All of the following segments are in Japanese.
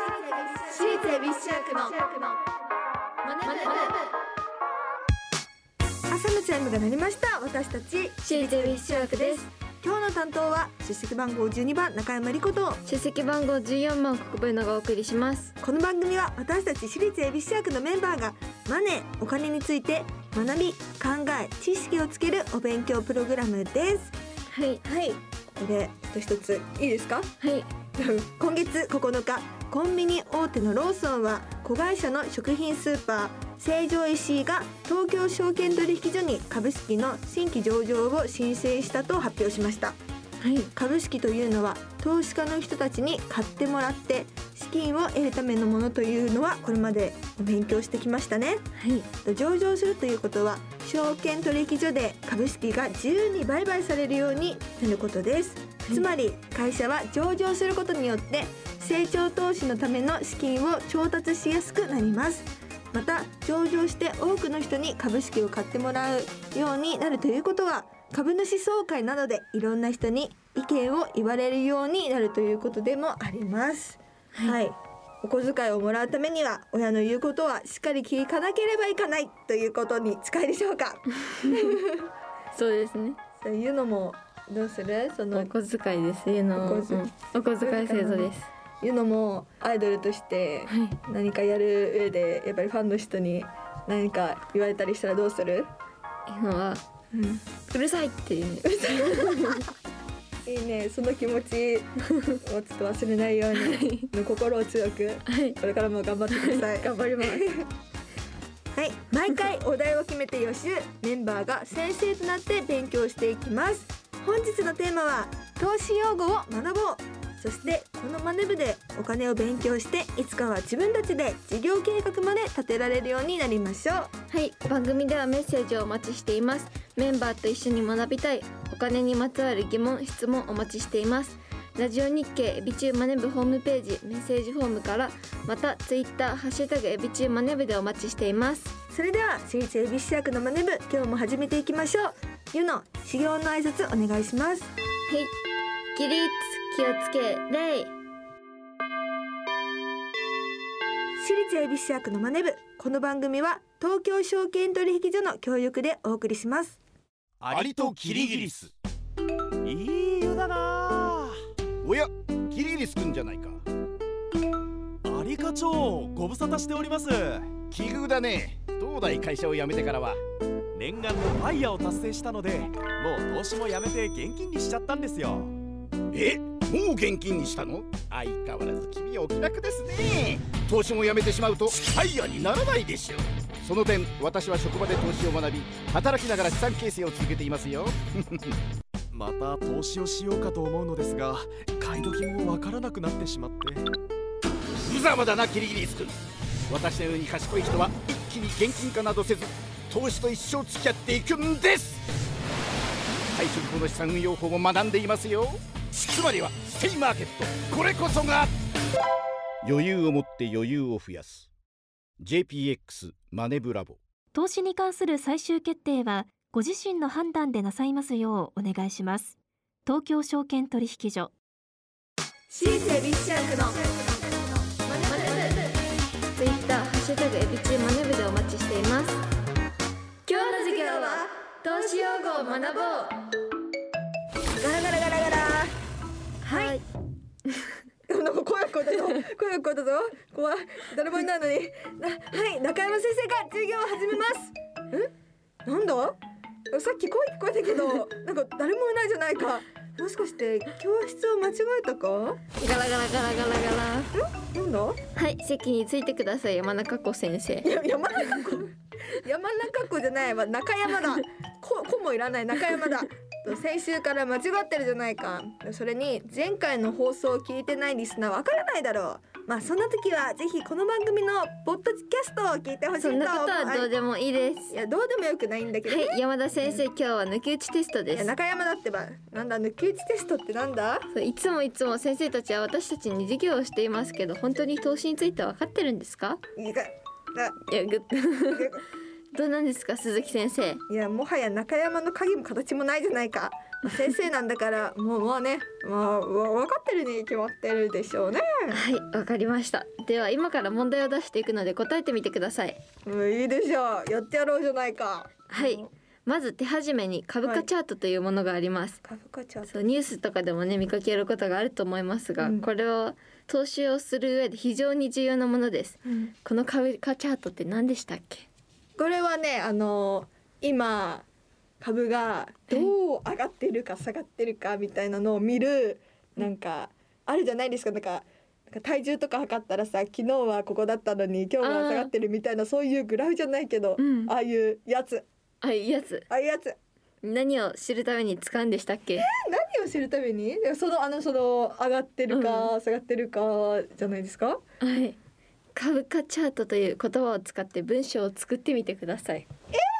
私立恵比寿中学の朝のチャイムが鳴りました。私たち私立恵比寿中学です。 今日の担当は出席番号12番中山理子と出席番号14番国分野がお送りします。 この番組は私たち私立恵比寿中学のメンバーがマネー、お金について学び、考え、知識をつけるお勉強プログラムです。 はいはい、ここで一ついいですか？ はい。 今月9日コンビニ大手のローソンは子会社の食品スーパー成城石井が東京証券取引所に株式の新規上場を申請したと発表しました。 はい、 株式というのは投資家の人たちに買ってもらって資金を得るためのものというのはこれまで勉強してきましたね。 はい、 上場するということは証券取引所で株式が自由に売買されるようになることです。つまり会社は上場することによって成長投資のための資金を調達しやすくなります。また上場して多くの人に株式を買ってもらうようになるということは株主総会などでいろんな人に意見を言われるようになるということでもあります。はい、お小遣いをもらうためには親の言うことはしっかり聞かなければいけないということに近いでしょうか？ そうですね。 そういうのもどうする？そのお小遣いですいうのも、お小遣い制度です。 いうのもアイドルとして何かやる上でやっぱりファンの人に何か言われたりしたらどうする？ 今は、うるさいっていう、 いいね、その気持ちをちょっと忘れないように心を強く、これからも頑張ってください。 頑張ります。 はい、毎回お題を決めて予習、メンバーが先生となって勉強していきます。本日のテーマは投資用語を学ぼう。そしてこのマネ部でお金を勉強していつかは自分たちで事業計画まで立てられるようになりましょう。 はい、番組ではメッセージをお待ちしています。メンバーと一緒に学びたいお金にまつわる疑問・質問お待ちしています。ラジオ日経エビチューマネ部ホームページメッセージフォームから、またツイッターハッシュタグエビチューマネ部でお待ちしています。 それでは私立恵比寿中学のマネ部、今日も始めていきましょう。ゆの修行の挨拶お願いします。 はい、起立、気をつけ礼。 私立恵比寿中学のマネ部、この番組は東京証券取引所の協力でお送りします。 アリとキリギリス、いい湯だな。おや、キリギリスくんじゃないか。 アリ課長、ご無沙汰しております。 奇遇だね。どうだい、会社を辞めてからは。 念願のファイヤーを達成したので、もう投資もやめて現金にしちゃったんですよ。 え、もう現金にしたの？相変わらず君はお気楽ですね。投資もやめてしまうとファイヤーにならないでしょう。その点、私は職場で投資を学び、働きながら資産形成を続けていますよ。 また投資をしようかと思うのですが、買い時もわからなくなってしまって。 無様だな、キリギリス君。私のように賢い人は一気に現金化などせず、投資と一生付き合っていくんです。退職後の資産運用法も学んでいますよ。つまりはステイマーケット、これこそが余裕を持って余裕を増やす JPX マネブラボ。 投資に関する最終決定はご自身の判断でなさいますようお願いします。東京証券取引所。 私立恵比寿中学のマネ部、 ツイッターハッシュタグエビチューマネ部でお待ちしています。 今日の授業は投資用語を学ぼう。ガラガラガラガラ。はい。なんか声が聞こえたぞ。声が聞こえたぞ。怖い。誰もいないのに。はい、中山先生が授業を始めます。なんだ？さっき声聞こえたけど、なんか誰もいないじゃないか。もしかして教室を間違えたか？ ガラガラガラガラガラ。 なんだ？ はい、席についてください。山中湖先生。 山中湖じゃないわ、中山だ。子もいらない、中山だ。先週から間違ってるじゃないか。それに前回の放送を聞いてないリスナーはわからないだろう。まあそんな時はぜひこの番組のポッドキャストを聞いてほしいと思う。 そんなことはどうでもいいです。 いや、どうでもよくないんだけど、ね。 はい、山田先生、今日は抜き打ちテストです。 いや、中山だってば。なんだ抜き打ちテストってなんだ？ そう、いつも先生たちは私たちに授業をしていますけど、本当に投資について分かってるんですか？いや、どうなんですか、鈴木先生。 いや、もはや中山の影も形もないじゃないか。 先生なんだからもうね、分かってるに決まってるでしょうね。 はい、わかりました。では今から問題を出していくので答えてみてください。 いいでしょう、やってやろうじゃないか。 はい、まず手始めに株価チャートというものがあります。 株価チャート。 そう、ニュースとかでもね見かけることがあると思いますが、 うんこれは投資をする上で非常に重要なものです。この株価チャートって何でしたっけ？ これはね、今株がどう上がってるか下がってるかみたいなのを見る、なんかあるじゃないですか。なんか体重とか測ったらさ、昨日はここだったのに今日は下がってるみたいな、そういうグラフじゃないけど、ああいうやつ、 あ、いいやつ。 ああいうやつ。 何を知るために使うんでしたっけ？ 何を知るために？その上がってるか下がってるかじゃないですか。 はい、株価チャートという言葉を使って文章を作ってみてください。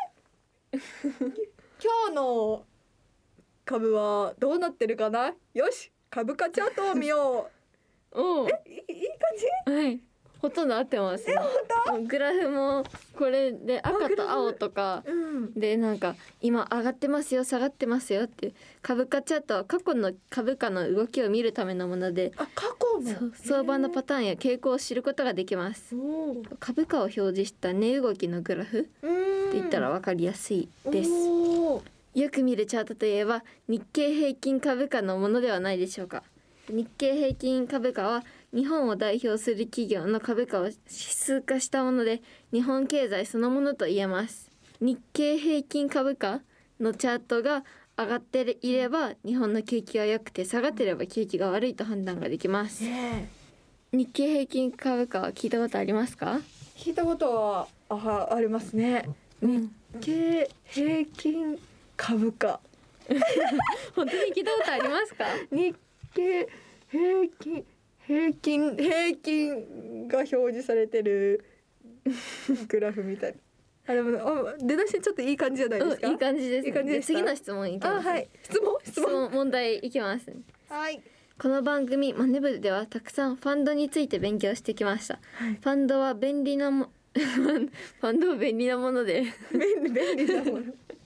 今日の株はどうなってるかな。よし、株価チャートを見よおお、 う。いい感じ。 はい、ほとんど合ってます、ね。グラフもこれで赤と青とかで、なんか今上がってますよ下がってますよっていう。株価チャートは過去の株価の動きを見るためのもので、 あ、過去のそう、相場のパターンや傾向を知ることができます。株価を表示した値動きのグラフって言ったら分かりやすいです。よく見るチャートといえば日経平均株価のものではないでしょうか。日経平均株価は日本を代表する企業の株価を指数化したもので、日本経済そのものと言えます。日経平均株価のチャートが上がっていれば日本の景気が良くて、下がっていれば景気が悪いと判断ができます。日経平均株価は聞いたことありますか？ 聞いたことはありますね。日経平均株価本当に聞いたことありますか？ 日経平均が表示されてるグラフみたいな。でも出だしちょっといい感じじゃないですか。 いい感じです、ね。 いい感じですか。 次の質問いきます、ね。 はい、質問問題いきます、ね。 はい。 この番組マネ部ではたくさんファンドについて勉強してきました。 はい、 ファンドは便利なもファンドは便利なもので便利なもの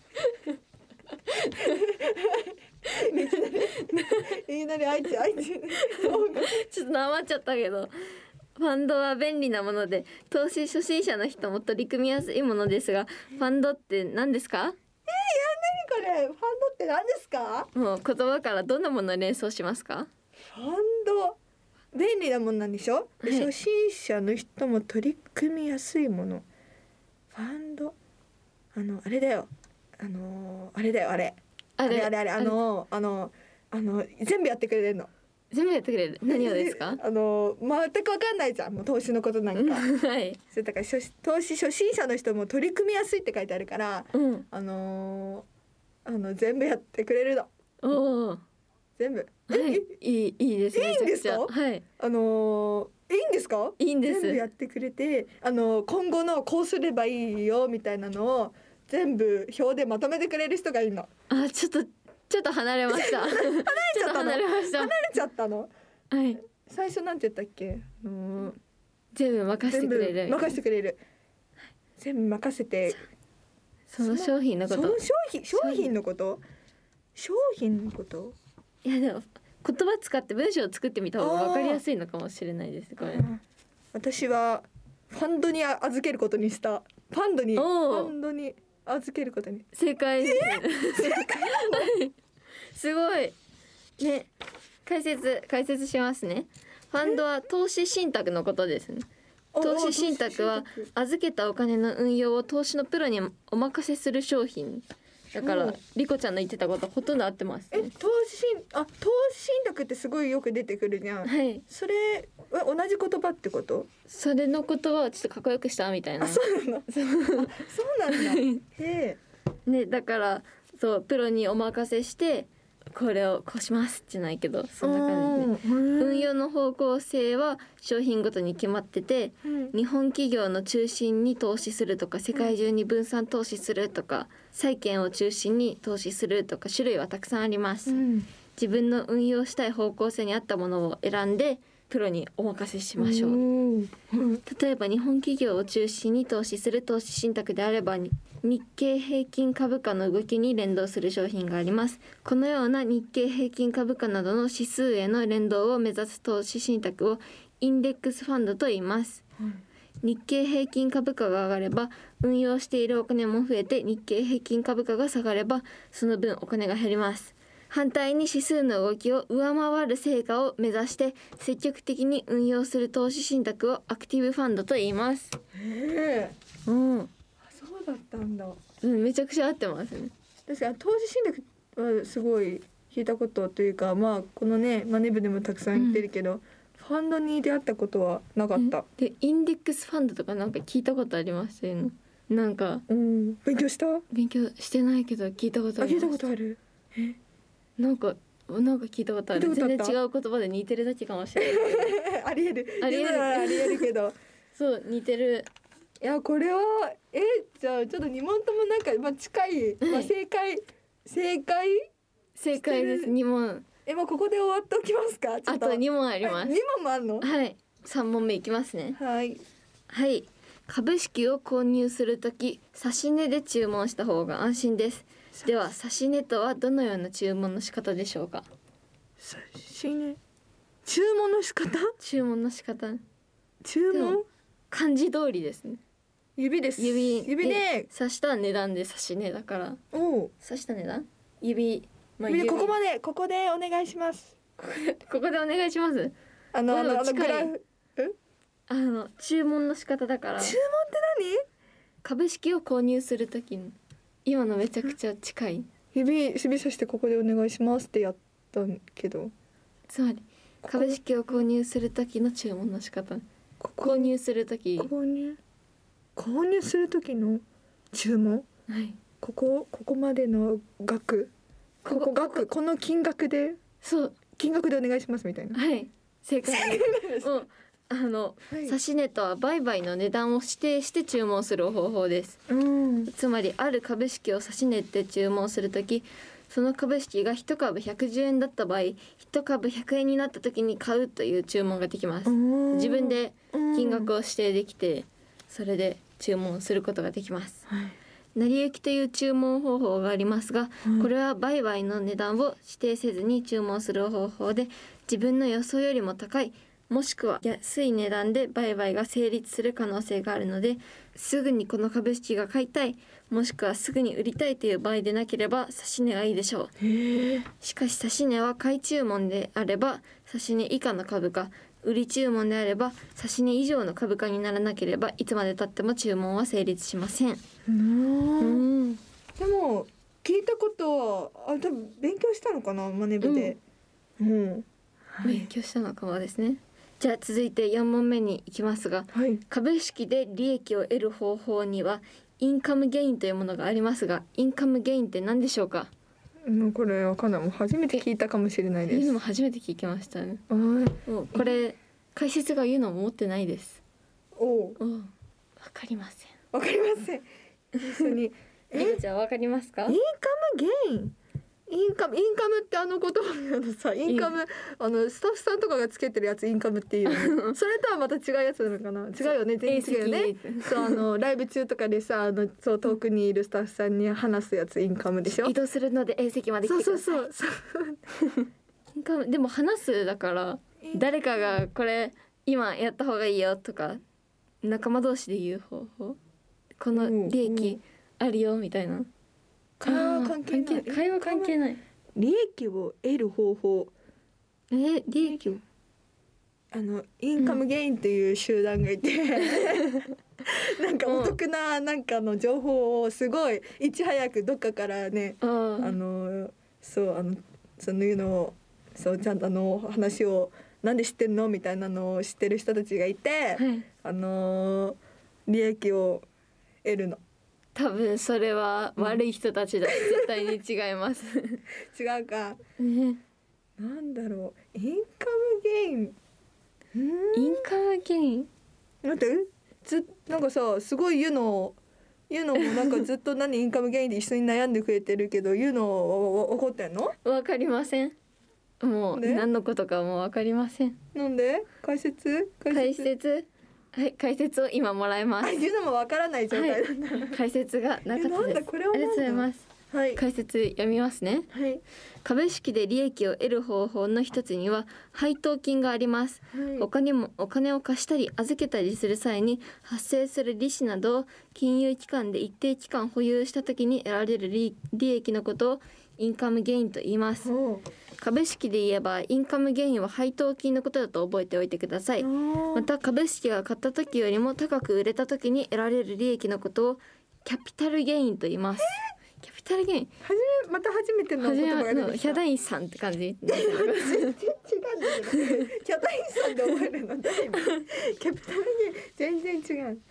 いきなり愛知ちょっとなまっちゃったけど、ファンドは便利なもので投資初心者の人も取り組みやすいものですが、ファンドって何ですか？ 何これ、ファンドって何ですか？ もう言葉からどんなものを連想しますか？ ファンド便利なものなんでしょ、 はい、 初心者の人も取り組みやすいもの。ファンドあれだよ、あれ全部やってくれるの。 全部やってくれる。何をですか？ 全く分かんないじゃん、もう投資のことなんかはい。 それだから投資初心者の人も取り組みやすいって書いてあるから、全部やってくれるの。 おお。 全部。 はい。いいですね。 いいんですか？ はい。 いいんですか？ いいんです。 全部やってくれて、今後のこうすればいいよみたいなのを全部表でまとめてくれる人がいるの。 あ、ちょっと離れました。離れちゃったの。 はい。 最初なんて言ったっけ？ 全部任せてくれる。 任せてくれる。全部任せて。 その商品のこと。 その商品のこと。商品のこと。 いやでも言葉使って文章を作ってみた方が分かりやすいのかもしれないです。これ。 私はファンドに預けることにした。ファンドに預けることに。 正解です。正解。すごい。ね、解説しますね。ファンドは投資信託のことですね。投資信託は預けたお金の運用を投資のプロにお任せする商品。だからリコちゃんの言ってたことほとんど合ってます、ね。 投資信託ってすごいよく出てくるじゃん。 はい。 それは同じ言葉ってこと？ それの言葉をちょっとかっこよくしたみたいな。 そうなの。そうなんだ。 ね、だからそうプロにお任せしてこれをこうしますじゃないけど、そんな感じで、運用の方向性は商品ごとに決まってて、日本企業の中心に投資するとか世界中に分散投資するとか、債券を中心に投資するとか種類はたくさんあります。自分の運用したい方向性に合ったものを選んでプロにお任せしましょう。例えば日本企業を中心に投資する投資信託であれば日経平均株価の動きに連動する商品があります。このような日経平均株価などの指数への連動を目指す投資信託をインデックスファンドと言います。日経平均株価が上がれば運用しているお金も増えて、日経平均株価が下がればその分お金が減ります。反対に指数の動きを上回る成果を目指して積極的に運用する投資信託をアクティブファンドと言います。 そうだったんだ。 めちゃくちゃ合ってますね。 確かに投資信託はすごい聞いたことというか、このねマネ部でもたくさん言ってるけど、ファンドに出会ったことはなかった。 でインデックスファンドとかなんか聞いたことありますよね。なんか、 勉強した？ 勉強してないけど聞いたことあります。 聞いたことある。 なんか聞いたことある。全然違う言葉で似てるだけかもしれないけどありえるけどそう似てる。 いやこれはじゃあちょっと2問ともなんか、近い、正解です。2問。 もうここで終わっておきますか？ あと2問あります。 2問もあるの？ はい、3問目いきますね。 はい。 株式を購入するとき指値で注文した方が安心です。では指値とはどのような注文の仕方でしょうか？ 指値、注文の仕方？ 注文の仕方。 注文？漢字通りですね。 指です。 指で指した値段で指値だから。指した値段？指。 ここでお願いします。 ここでお願いします。グラフ。注文の仕方だから。 注文って何？ 株式を購入するときに今のめちゃくちゃ近い。 指さしてここでお願いしますってやったけど、 つまり株式を購入するときの注文の仕方。購入するとき。 購入するときの注文。ここまでの額。この金額で。そう。金額でお願いしますみたいな。 正解です。指値とは売買の値段を指定して注文する方法です。つまりある株式を指値って注文するとき、その株式が1株110円だった場合、1株100円になったときに買うという注文ができます。自分で金額を指定できて、それで注文することができます。成り行きという注文方法がありますが、これは売買の値段を指定せずに注文する方法で、自分の予想よりも高いもしくは安い値段で売買が成立する可能性があるので、すぐにこの株式が買いたい、もしくはすぐに売りたいという場合でなければ指値がいいでしょう。しかし指値は買い注文であれば指値以下の株価、売り注文であれば指値以上の株価にならなければいつまでたっても注文は成立しません。 でも聞いたことは多分勉強したのかな、マネ部で。 勉強したのかもですね。じゃあ続いて4問目に行きますが、株式で利益を得る方法にはインカムゲインというものがありますが、インカムゲインって何でしょうか？ これわかんない。もう初めて聞いたかもしれないです。 言うのも初めて聞きましたね。もうこれ解説が言うのも持ってないです。わかりません。 わかりません。一緒にじゃあわかりますか？ インカムゲイン。インカムって言葉さ、インカムスタッフさんとかがつけてるやつインカムっていうのそれとはまた違うやつなのかな。違うよね、全然違うよね。そうライブ中とかでさそう遠くにいるスタッフさんに話すやつインカムでしょ。 移動するので A 席まで来てください。そうインカムでも話すだから誰かがこれ今やった方がいいよとか仲間同士で言う方法、この利益あるよみたいな。 会話関係ない。利益を得る方法。 利益をインカムゲインっていう集団がいて、なんかお得ななんかの情報をすごいいち早くどっかからね、そういうのをちゃんと話をなんで知ってんのみたいなのを知ってる人たちがいて、利益を得るの。 多分それは悪い人たちだ、絶対に違います違うか、なんだろう、インカムゲイン、 インカムゲインなんてなんかさ、すごい言うのもなんかずっとインカムゲインで一緒に悩んでくれてるけど言うの分かってんの？ わかりません。 もうで何のことかもう分かりません。 なんで解説はい解説を今もらいます。 言うのもわからない状態なんだ、 解説がなかったなんです。 だこれはありがとうございます。 はい解説読みますね。 はい株式で利益を得る方法の一つには配当金があります。他にもお金を貸したり預けたりする際に発生する利子などを金融機関で一定期間保有した時に得られる利益のことをインカムゲインと言います。株式で言えばインカムゲインは配当金のことだと覚えておいてください。また株式が買った時よりも高く売れた時に得られる利益のことをキャピタルゲインと言います。キャピタルゲインまた初めての言葉が出てきたヒャダインさんって感じ。 全然違うんだけどキャタインさんで覚えるの誰今キャピタルゲ全然違う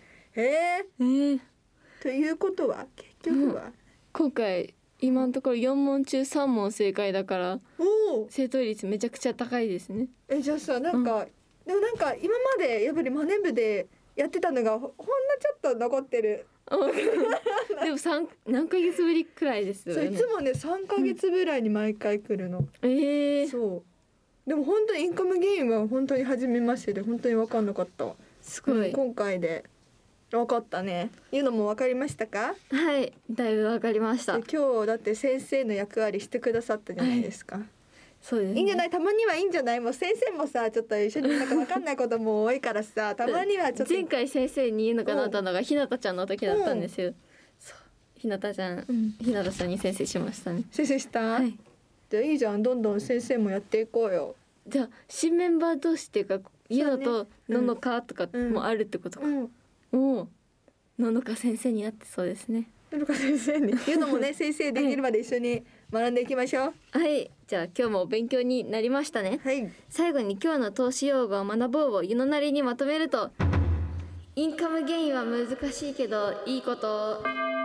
ということは結局は、 今回今のところ4問中3問正解だからおお正答率めちゃくちゃ高いですね。 じゃあさなんか、でもなんか今までやっぱりマネ部でやってたのがほんのちょっと残ってる。 でも何ヶ月ぶりくらいですよね。 そういつもね3ヶ月ぐらいに毎回来るの、そうでも本当にインカムゲインは本当に初めましてで本当に分かんなかったわ。 すごい、 今回で分かったね。いうのも分かりましたか？ はいだいぶ分かりました。 で今日だって先生の役割してくださったじゃないですか、 そうですね、 いいんじゃない？たまにはいいんじゃない？もう先生もさちょっと一緒になんか分かんないことも多いからさたまにはちょっと前回先生に言うのかなったのがひなたちゃんの時だったんですよ。そうひなたちゃん、ひなたちゃんに先生しましたね。 先生した、 はい、 じゃあいいじゃんどんどん先生もやっていこうよ。 じゃあ新メンバー同士っていうかゆのとののかとかもあるってことか、おののか先生になってそうですね。 ののか先生にいうのもね先生できるまで一緒に学んでいきましょう。 はいじゃあ今日も勉強になりましたね。 はい最後に今日の投資用語を学ぼうを湯のなりにまとめると、インカムゲインは難しいけどいいこと。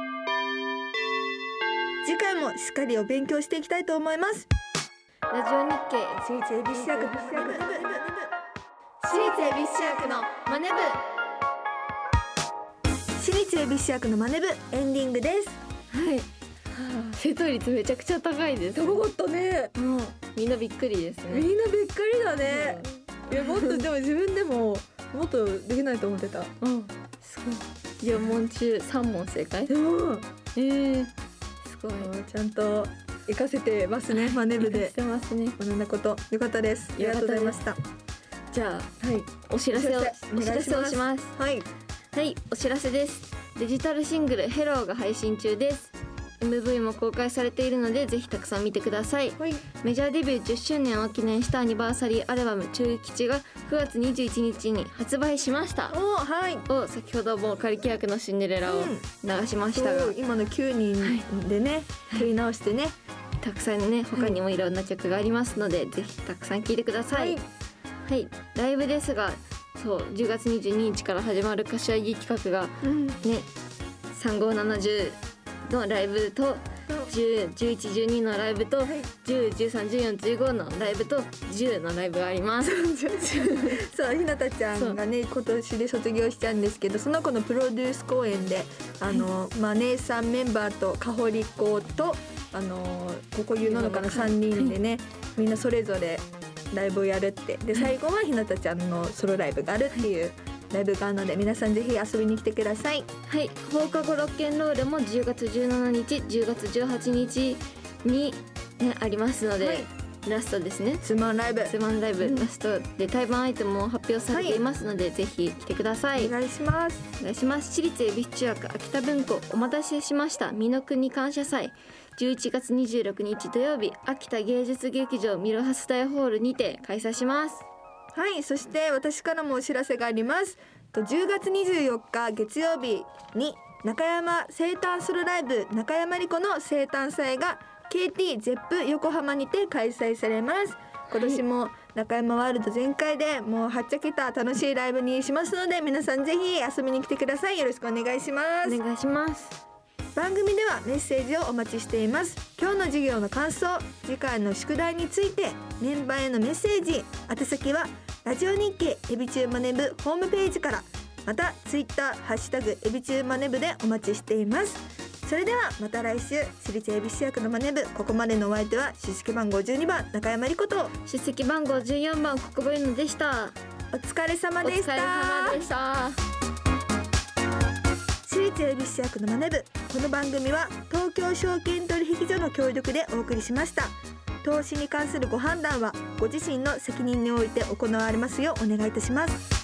次回もしっかりお勉強していきたいと思います。 ラジオ日経私立恵比寿中学私立恵比寿中学のマネ私立恵比寿中学のマネ部エンディングです。 部。はい、正答率めちゃくちゃ高いです。 高かったね。 みんなびっくりですね。 みんなびっくりだね。いやもっとでも自分でももっとできないと思ってた。 すごい。4問中3問正解。 でもすごい。 ちゃんと活かせてますね。マネ部でしてますね。 学んだことよかったです。ありがとうございました。 じゃあ、 はい、 お知らせをお願いしますします。 はいはいお知らせです。デジタルシングルヘローが配信中です。 MV も公開されているのでぜひたくさん見てください。 はいメジャーデビュー10周年を記念したアニバーサリーアルバム中吉が9月21日に発売しました。 はいを先ほども仮契約のシンデレラを流しましたが、 そう今の9人でね撮り直してね、 たくさんね他にもいろんな曲がありますので、ぜひたくさん聴いてください。はいライブですがそう10月22日から始まる柏木企画がね、3570のライブと10、11、12のライブと、10、13、14、15のライブと10のライブがあります。 そうひなたちゃんがね今年で卒業しちゃうんですけど、その子のプロデュース公演で姉さんメンバーとかほり子とここいうののかの3人でね、みんなそれぞれライブをやるって。で最後はひなたちゃんのソロライブがあるっていうライブがあるので、皆さんぜひ遊びに来てください。 はい放課後ロッケンロールも10月17日10月18日に、ね、ありますので、ラストですね。 ツーマンライブラストで対バンアイテムも発表されていますので、ぜひ来てください。 お願いします。 お願いします。私立恵比寿中学秋田文庫お待たせしました美濃国感謝祭、11月26日土曜日秋田芸術劇場ミルハス大ホールにて開催します。 はい、そして私からもお知らせがあります。10月24日月曜日に中山生誕ソロライブ中山莉子の生誕祭が KT ゼップ横浜にて開催されます。今年も中山ワールド全開でもうはっちゃけた楽しいライブにしますので、皆さんぜひ遊びに来てください。よろしくお願いします。 お願いします。 番組ではメッセージをお待ちしています。今日の授業の感想、次回の宿題についてメンバーへのメッセージ、宛先はラジオ日経エビチューマネブホームページから、またツイッターハッシュタグエビチューマネブでお待ちしています。 それではまた来週。私立恵比寿中学のマネ部、ここまでのお相手は出席番号12番中山理子と出席番号14番国母ゆのでした。 お疲れ様でした。 お疲れ様でした。 私立恵比寿中学のマネ部、この番組は東京証券取引所の協力でお送りしました。投資に関するご判断はご自身の責任において行われますようお願いいたします。